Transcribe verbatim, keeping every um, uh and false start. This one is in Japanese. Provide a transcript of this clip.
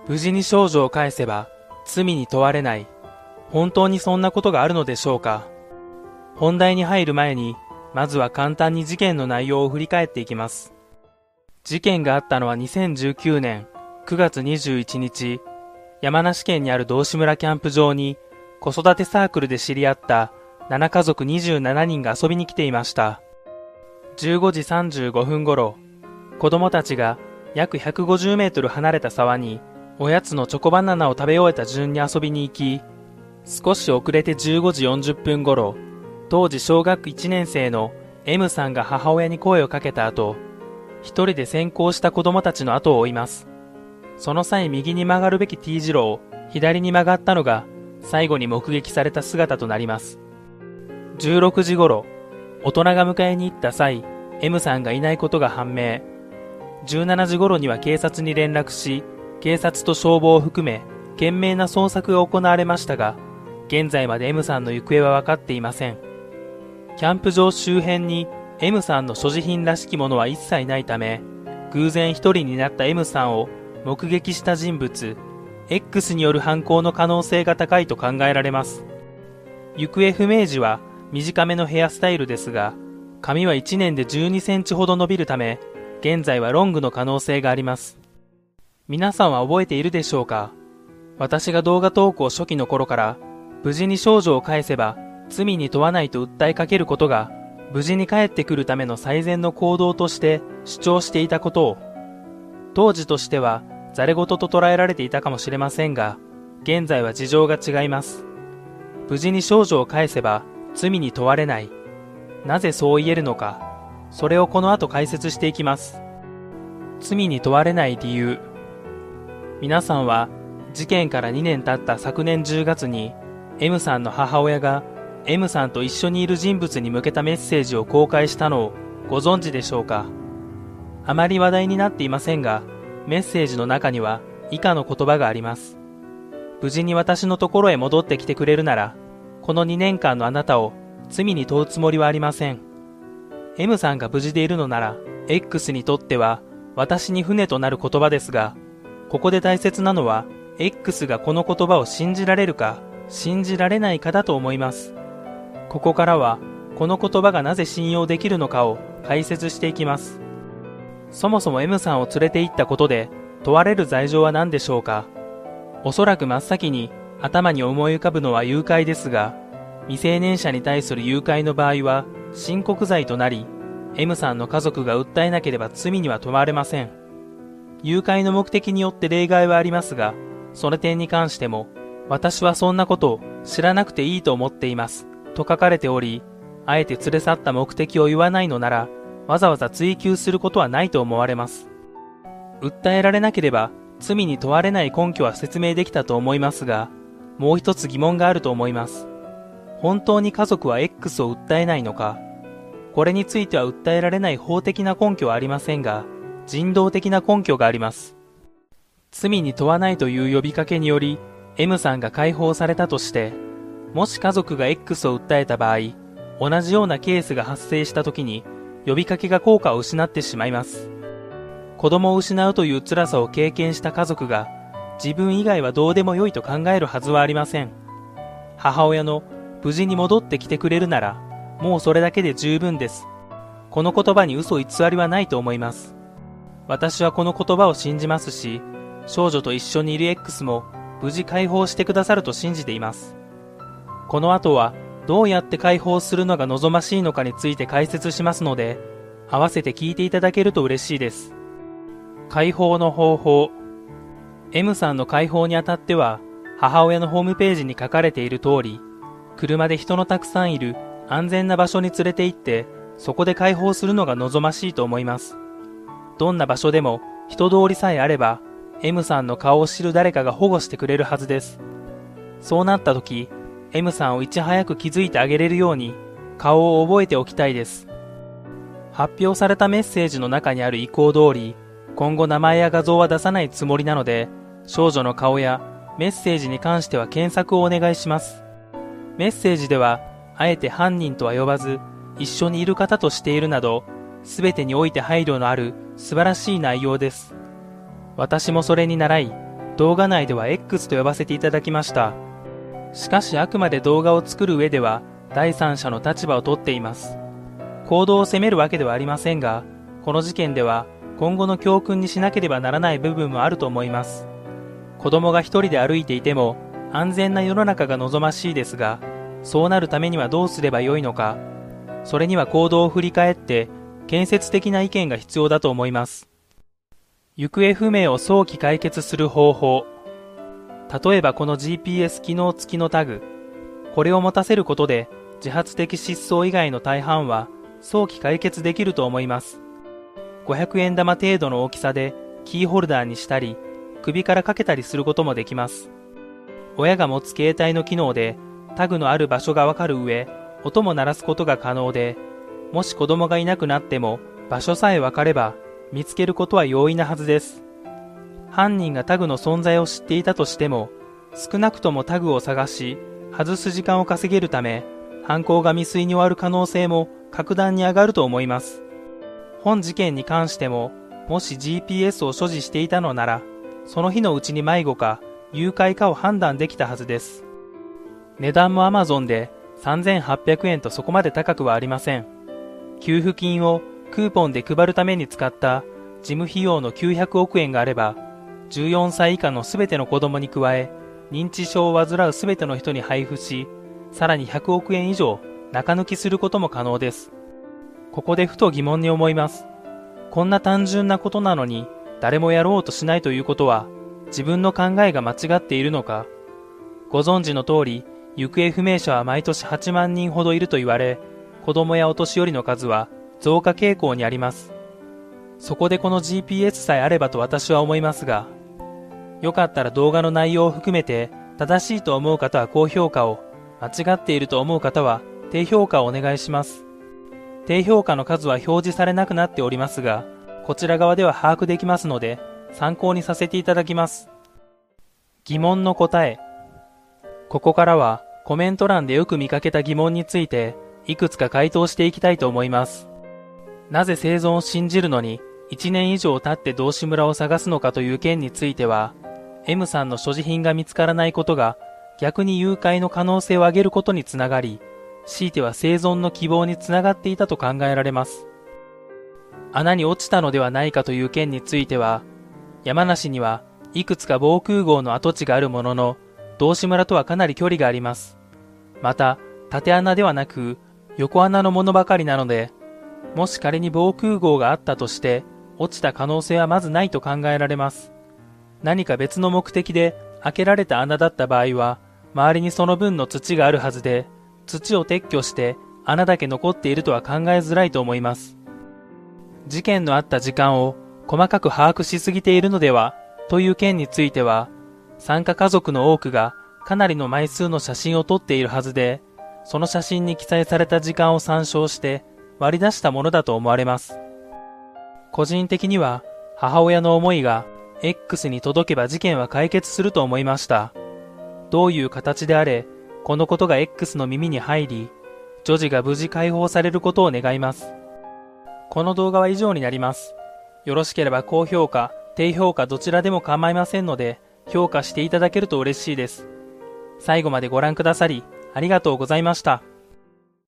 無事に少女を返せば罪に問われない。本当にそんなことがあるのでしょうか。本題に入る前に、まずは簡単に事件の内容を振り返っていきます。事件があったのはにせんじゅうきゅうねんくがつにじゅういちにち、山梨県にある道志村キャンプ場に子育てサークルで知り合ったななかぞくにじゅうななにんが遊びに来ていました。じゅうごじさんじゅうごふん頃、子供たちが約ひゃくごじゅうメートル離れた沢におやつのチョコバナナを食べ終えた順に遊びに行き、少し遅れてじゅうごじよんじゅっぷん頃、当時小学いちねんせいの M さんが母親に声をかけた後、一人で先行した子供たちの後を追います。その際右に曲がるべき T 字路を左に曲がったのが最後に目撃された姿となります。じゅうろくじ頃、大人が迎えに行った際、M さんがいないことが判明。じゅうしちじ頃には警察に連絡し、警察と消防を含め懸命な捜索が行われましたが、現在まで M さんの行方は分かっていません。キャンプ場周辺に M さんの所持品らしきものは一切ないため、偶然一人になった M さんを目撃した人物 X による犯行の可能性が高いと考えられます。行方不明時は短めのヘアスタイルですが、髪はいちねんでじゅうにセンチほど伸びるため、現在はロングの可能性があります。皆さんは覚えているでしょうか。私が動画投稿初期の頃から、無事に少女を返せば罪に問わないと訴えかけることが、無事に帰ってくるための最善の行動として主張していたことを、当時としてはざれ言と捉えられていたかもしれませんが、現在は事情が違います。無事に少女を返せば罪に問われない。なぜそう言えるのか、それをこの後解説していきます。罪に問われない理由。皆さんは事件からにねん経った昨年じゅうがつに M さんの母親が M さんと一緒にいる人物に向けたメッセージを公開したのをご存知でしょうか。あまり話題になっていませんが、メッセージの中には以下の言葉があります。無事に私のところへ戻ってきてくれるなら、このにねんかんのあなたを罪に問うつもりはありません。M さんが無事でいるのなら X にとっては私に船となる言葉ですが、ここで大切なのは X がこの言葉を信じられるか信じられないかだと思います。ここからはこの言葉がなぜ信用できるのかを解説していきます。そもそも M さんを連れて行ったことで問われる罪状は何でしょうか。おそらく真っ先に頭に思い浮かぶのは誘拐ですが、未成年者に対する誘拐の場合は親告罪となり、 M さんの家族が訴えなければ罪には問われません。誘拐の目的によって例外はありますが、その点に関しても私はそんなことを知らなくていいと思っていますと書かれており、あえて連れ去った目的を言わないのならわざわざ追及することはないと思われます。訴えられなければ罪に問われない根拠は説明できたと思いますが、もう一つ疑問があると思います。本当に家族は X を訴えないのか。これについては訴えられない法的な根拠はありませんが、人道的な根拠があります。罪に問わないという呼びかけにより M さんが解放されたとして、もし家族が X を訴えた場合、同じようなケースが発生した時に呼びかけが効果を失ってしまいます。子供を失うという辛さを経験した家族が自分以外はどうでもよいと考えるはずはありません。母親の無事に戻ってきてくれるならもうそれだけで十分です。この言葉に嘘偽りはないと思います。私はこの言葉を信じますし、少女と一緒にいる X も無事解放してくださると信じています。この後はどうやって解放するのが望ましいのかについて解説しますので、合わせて聞いていただけると嬉しいです。解放の方法。 M さんの解放にあたっては母親のホームページに書かれている通り、車で人のたくさんいる安全な場所に連れて行ってそこで解放するのが望ましいと思います。どんな場所でも人通りさえあれば M さんの顔を知る誰かが保護してくれるはずです。そうなった時 M さんをいち早く気づいてあげれるように顔を覚えておきたいです。発表されたメッセージの中にある意向通り、今後名前や画像は出さないつもりなので、少女の顔やメッセージに関しては検索をお願いします。メッセージではあえて犯人とは呼ばず一緒にいる方としているなど、全てにおいて配慮のある素晴らしい内容です。私もそれに倣い動画内では X と呼ばせていただきました。しかしあくまで動画を作る上では第三者の立場をとっています。行動を責めるわけではありませんが、この事件では今後の教訓にしなければならない部分もあると思います。子供が一人で歩いていても安全な世の中が望ましいですが、そうなるためにはどうすればよいのか、それには行動を振り返って建設的な意見が必要だと思います。行方不明を早期解決する方法。例えばこの ジーピーエス 機能付きのタグ、これを持たせることで自発的失踪以外の大半は早期解決できると思います。ごひゃくえん玉程度の大きさでキーホルダーにしたり、首からかけたりすることもできます。親が持つ携帯の機能でタグのある場所がわかる上、音も鳴らすことが可能で、もし子供がいなくなっても場所さえわかれば見つけることは容易なはずです。犯人がタグの存在を知っていたとしても、少なくともタグを探し、外す時間を稼げるため、犯行が未遂に終わる可能性も格段に上がると思います。本事件に関しても、もし ジーピーエス を所持していたのなら、その日のうちに迷子か誘拐かを判断できたはずです。値段も Amazon でさんぜんはっぴゃくえんとそこまで高くはありません。給付金をクーポンで配るために使った事務費用のきゅうひゃくおくえんがあれば、じゅうよんさい以下のすべての子供に加え、認知症を患うすべての人に配布し、さらにひゃくおくえん以上中抜きすることも可能です。ここでふと疑問に思います。こんな単純なことなのに誰もやろうとしないということは、自分の考えが間違っているのか。ご存知の通り、行方不明者は毎年はちまんにんほどいると言われ、子供やお年寄りの数は増加傾向にあります。そこでこの ジーピーエス さえあればと私は思いますが、よかったら動画の内容を含めて正しいと思う方は高評価を、間違っていると思う方は低評価をお願いします。低評価の数は表示されなくなっておりますが、こちら側では把握できますので参考にさせていただきます。疑問の答え。ここからはコメント欄でよく見かけた疑問についていくつか回答していきたいと思います。なぜ生存を信じるのにいちねん以上経って道志村を探すのかという件については、M さんの所持品が見つからないことが逆に誘拐の可能性を上げることにつながり、強いては生存の希望につながっていたと考えられます。穴に落ちたのではないかという件については、山梨にはいくつか防空壕の跡地があるものの、道志村とはかなり距離があります。また、縦穴ではなく横穴のものばかりなので、もし仮に防空壕があったとして落ちた可能性はまずないと考えられます。何か別の目的で開けられた穴だった場合は、周りにその分の土があるはずで、土を撤去して穴だけ残っているとは考えづらいと思います。事件のあった時間を細かく把握しすぎているのではという件については、参加家族の多くがかなりの枚数の写真を撮っているはずで、その写真に記載された時間を参照して割り出したものだと思われます。個人的には母親の思いが X に届けば事件は解決すると思いました。どういう形であれ、このことが X の耳に入り、女児が無事解放されることを願います。この動画は以上になります。よろしければ高評価、低評価どちらでも構いませんので、評価していただけると嬉しいです。最後までご覧くださりありがとうございました。